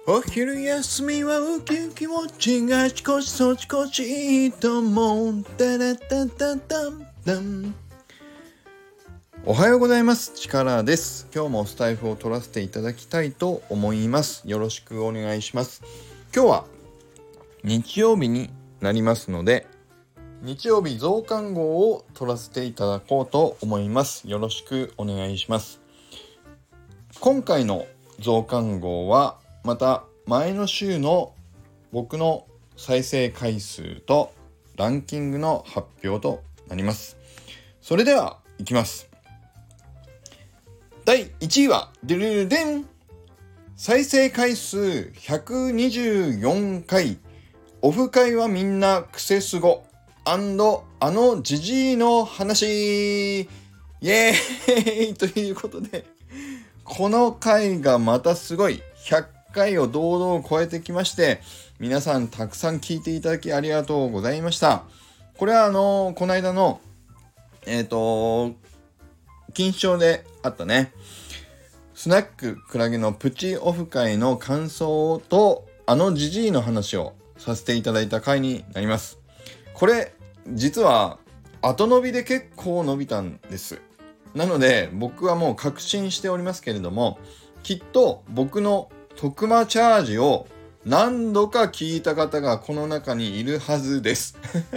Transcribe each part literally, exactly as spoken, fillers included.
お昼休みはウキウキウォッチがあちこちそちこちいいと思う。タラタタタンタン。おはようございます。チカラです。今日もスタイフを取らせていただきたいと思います。よろしくお願いします。今日は日曜日になりますので、日曜日増刊号を取らせていただこうと思います。よろしくお願いします。今回の増刊号はまた前の週の僕の再生回数とランキングの発表となります。それではいきます。だいいちいはデルルデン、再生回数ひゃくにじゅうよんかい、オフ会はみんなクセスゴ&あのジジイの話、イエーイということで、この回がまたすごいひゃっかいを堂々超えてきまして、皆さんたくさん聞いていただきありがとうございました。これはあのこの間のえっと金賞であったね、スナッククラゲのプチオフ会の感想とあのジジイの話をさせていただいた回になります。これ実は後伸びで結構伸びたんです。なので僕はもう確信しておりますけれども、きっと僕の特マチャージを何度か聞いた方がこの中にいるはずです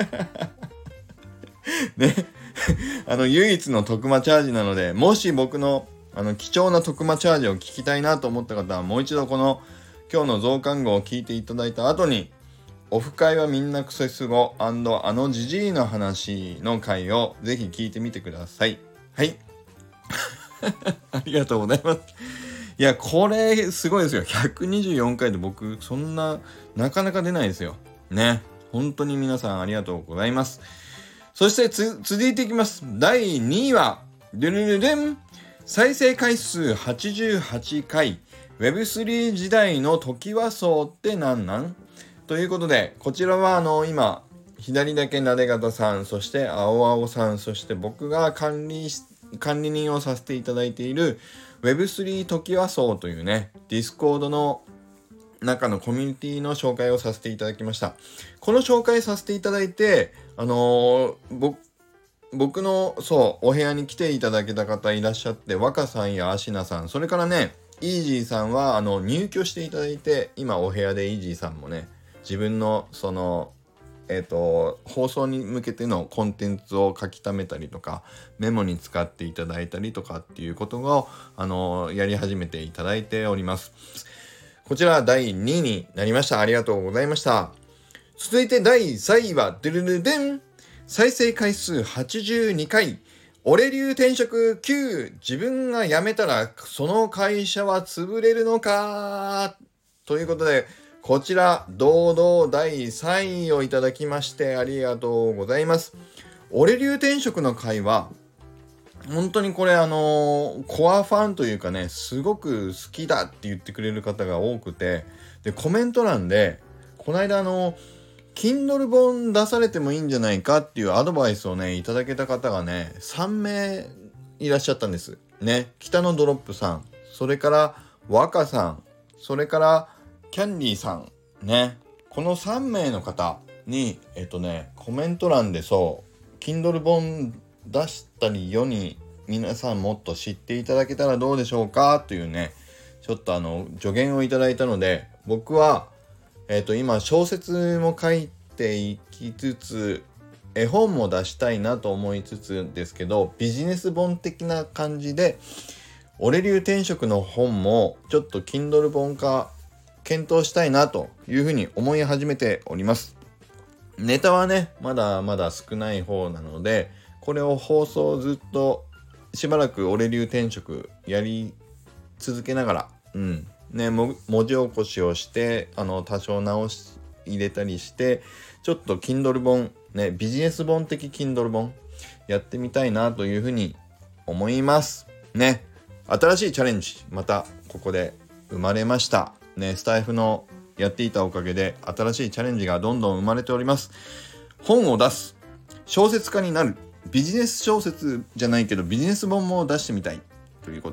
ねあの唯一の特マチャージなので、もし僕のあの貴重な特マチャージを聞きたいなと思った方は、もう一度この今日の増刊号を聞いていただいた後に、オフ会はみんなクセスゴ&あのジジイの話の回をぜひ聞いてみてください。はいありがとうございます。いや、これすごいですよ。ひゃくにじゅうよんかいで僕そんななかなか出ないですよね。本当に皆さんありがとうございます。そしてつ続いていきます。だいにいはデルルデン、再生回数はちじゅうはちかい、 ウェブスリー 時代のトキワ荘ってなんなんということで、こちらはあの今左だけなで方さん、そして青青さん、そして僕が管理管理人をさせていただいている ウェブスリー トキワ荘というね、ディスコードの中のコミュニティの紹介をさせていただきました。この紹介させていただいて、あのー、僕のそうお部屋に来ていただけた方いらっしゃって、若さんやアシナさん、それからねイージーさんはあの入居していただいて、今お部屋でイージーさんもね、自分のそのえっと放送に向けてのコンテンツを書き溜めたりとか、メモに使っていただいたりとかっていうことをあのやり始めていただいております。こちらだいにいになりました。ありがとうございました。続いてだいさんいはドゥルルデン、再生回数はちじゅうにかい、俺流転職きゅう、自分が辞めたらその会社は潰れるのかということで、こちら堂々だいさんいをいただきましてありがとうございます。俺流転職の回は本当にこれあのー、コアファンというかね、すごく好きだって言ってくれる方が多くて、でコメント欄でこの間あの Kindle 本出されてもいいんじゃないかっていうアドバイスをねいただけた方がねさんめいいらっしゃったんですね。北のドロップさん、それから若さん、それからキャンディーさんね、このさんめいの方にえっとねコメント欄でそう Kindle 本出したり世に皆さんもっと知っていただけたらどうでしょうかというね、ちょっとあの助言をいただいたので、僕はえっと今小説も書いていきつつ絵本も出したいなと思いつつですけど、ビジネス本的な感じで俺流転職の本もちょっと Kindle 本化検討したいなというふうに思い始めております。ネタはねまだまだ少ない方なので、これを放送ずっとしばらく俺流転職やり続けながら、うんね、も文字起こしをして、あの多少直し入れたりして、ちょっと Kindle 本ね、ビジネス本的 Kindle 本やってみたいなというふうに思いますね。新しいチャレンジまたここで生まれましたね。スタイフのやっていたおかげで新しいチャレンジがどんどん生まれております。本を出す、小説家になる、ビジネス小説じゃないけどビジネス本も出してみたいということで、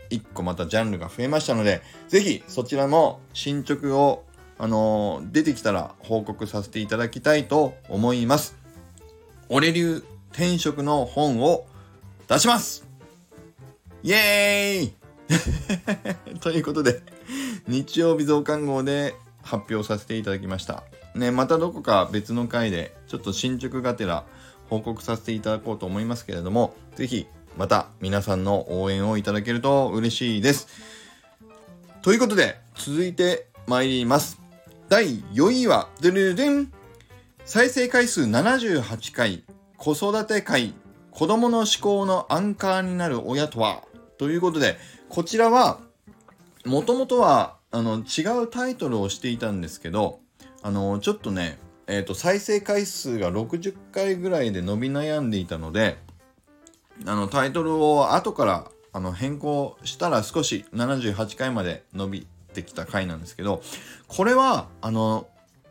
いっこまたジャンルが増えましたので、ぜひそちらも進捗を、あのー、出てきたら報告させていただきたいと思います。俺流転職の本を出します。イエーイということで、日曜日増刊号で発表させていただきました。ね、またどこか別の回でちょっと進捗がてら報告させていただこうと思いますけれども、ぜひまた皆さんの応援をいただけると嬉しいです。ということで、続いて参ります。だいよんいは、ドゥルルン再生回数ななじゅうはちかい、子育て会、子供の思考のアンカーになる親とは、ということで、こちらはもともとはあの違うタイトルをしていたんですけど、あのちょっとね、えーと、再生回数がろくじゅっかいぐらいで伸び悩んでいたので、あのタイトルを後からあの変更したら少しななじゅうはちかいまで伸びてきた回なんですけど、これはあの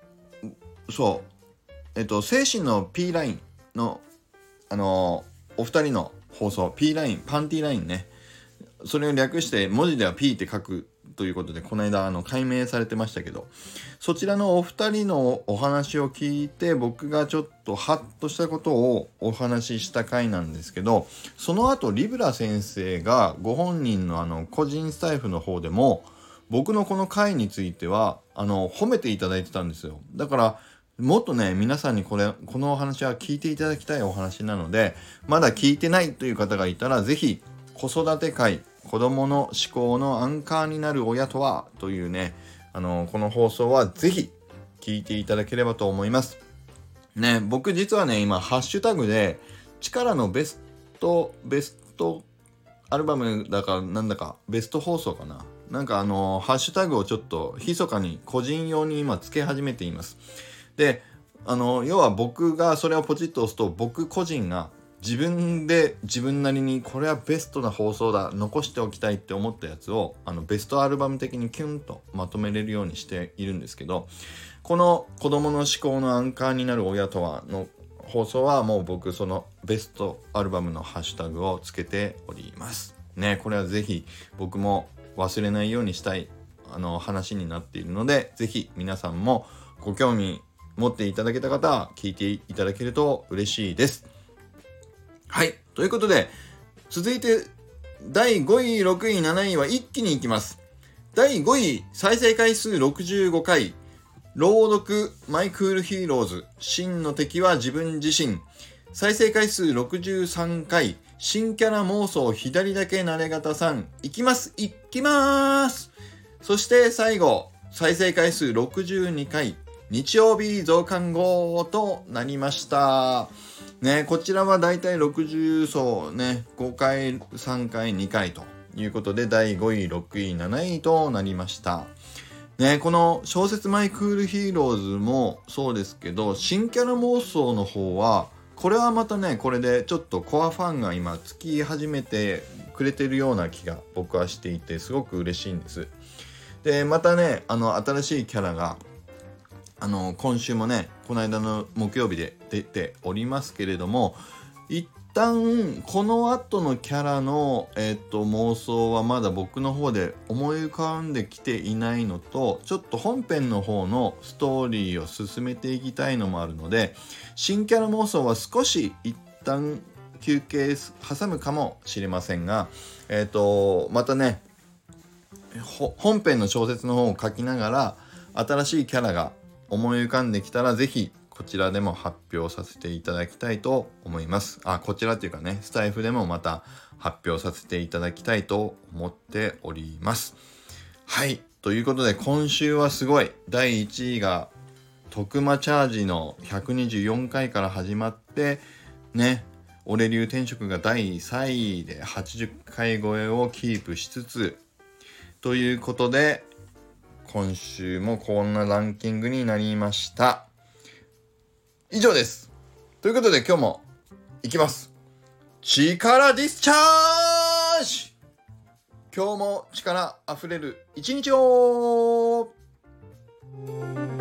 そうえっと精神の P ラインのあのお二人の放送 P ラインパンティラインね、それを略して文字では P って書くということで、この間あの解明されてましたけど、そちらのお二人のお話を聞いて僕がちょっとハッとしたことをお話しした回なんですけど、その後リブラ先生がご本人のあの個人スタイフの方でも僕のこの回についてはあの褒めていただいてたんですよ。だからもっとね、皆さんにこれこのお話は聞いていただきたいお話なので、まだ聞いてないという方がいたらぜひ子育て会、子供の思考のアンカーになる親とはというね、あのこの放送はぜひ聞いていただければと思いますね。僕実はね、今ハッシュタグで力のベストベストアルバムだかなんだかベスト放送かな、なんかあのハッシュタグをちょっと密かに個人用に今つけ始めています。で、あの要は僕がそれをポチッと押すと、僕個人が自分で自分なりにこれはベストな放送だ、残しておきたいって思ったやつをあのベストアルバム的にキュンとまとめれるようにしているんですけど、この子供の思考のアンカーになる親とはの放送はもう僕そのベストアルバムのハッシュタグをつけておりますね。これはぜひ僕も忘れないようにしたいあの話になっているので、ぜひ皆さんもご興味持っていただけた方は聞いていただけると嬉しいです。はい。ということで、続いてだいごい、ろくい、なないは一気にいきます。だいごい、再生回数ろくじゅうごかい、朗読マイクールヒーローズ、真の敵は自分自身。再生回数ろくじゅうさんかい、新キャラ妄想左だけ慣れ型さん。いきます、いきまーす。そして最後、再生回数ろくじゅうにかい、日曜日増刊号となりましたね。こちらはだいたいろくじゅうそうね、ごかい、さんかい、にかいということでだいごい、ろくい、なないとなりましたね。この小説マイクールヒーローズもそうですけど、新キャラ妄想の方はこれはまたね、これでちょっとコアファンが今つき始めてくれてるような気が僕はしていて、すごく嬉しいんです。でまたね、あの新しいキャラがあの今週もね、この間の木曜日で出ておりますけれども、一旦この後のキャラの、えー、と妄想はまだ僕の方で思い浮かんできていないのと、ちょっと本編の方のストーリーを進めていきたいのもあるので、新キャラ妄想は少し一旦休憩挟むかもしれませんが、えー、とまたね、本編の小説の方を書きながら新しいキャラが思い浮かんできたら、ぜひこちらでも発表させていただきたいと思います。あ、こちらっていうかね、スタイフでもまた発表させていただきたいと思っております。はい、ということで今週はすごいだいいちいが徳間チャージのひゃくにじゅうよんかいから始まってね、俺流転職がだいさんいではちじゅっかい超えをキープしつつということで、今週もこんなランキングになりました。以上です。ということで今日もいきます。力ディスチャージ。今日も力あふれる一日を。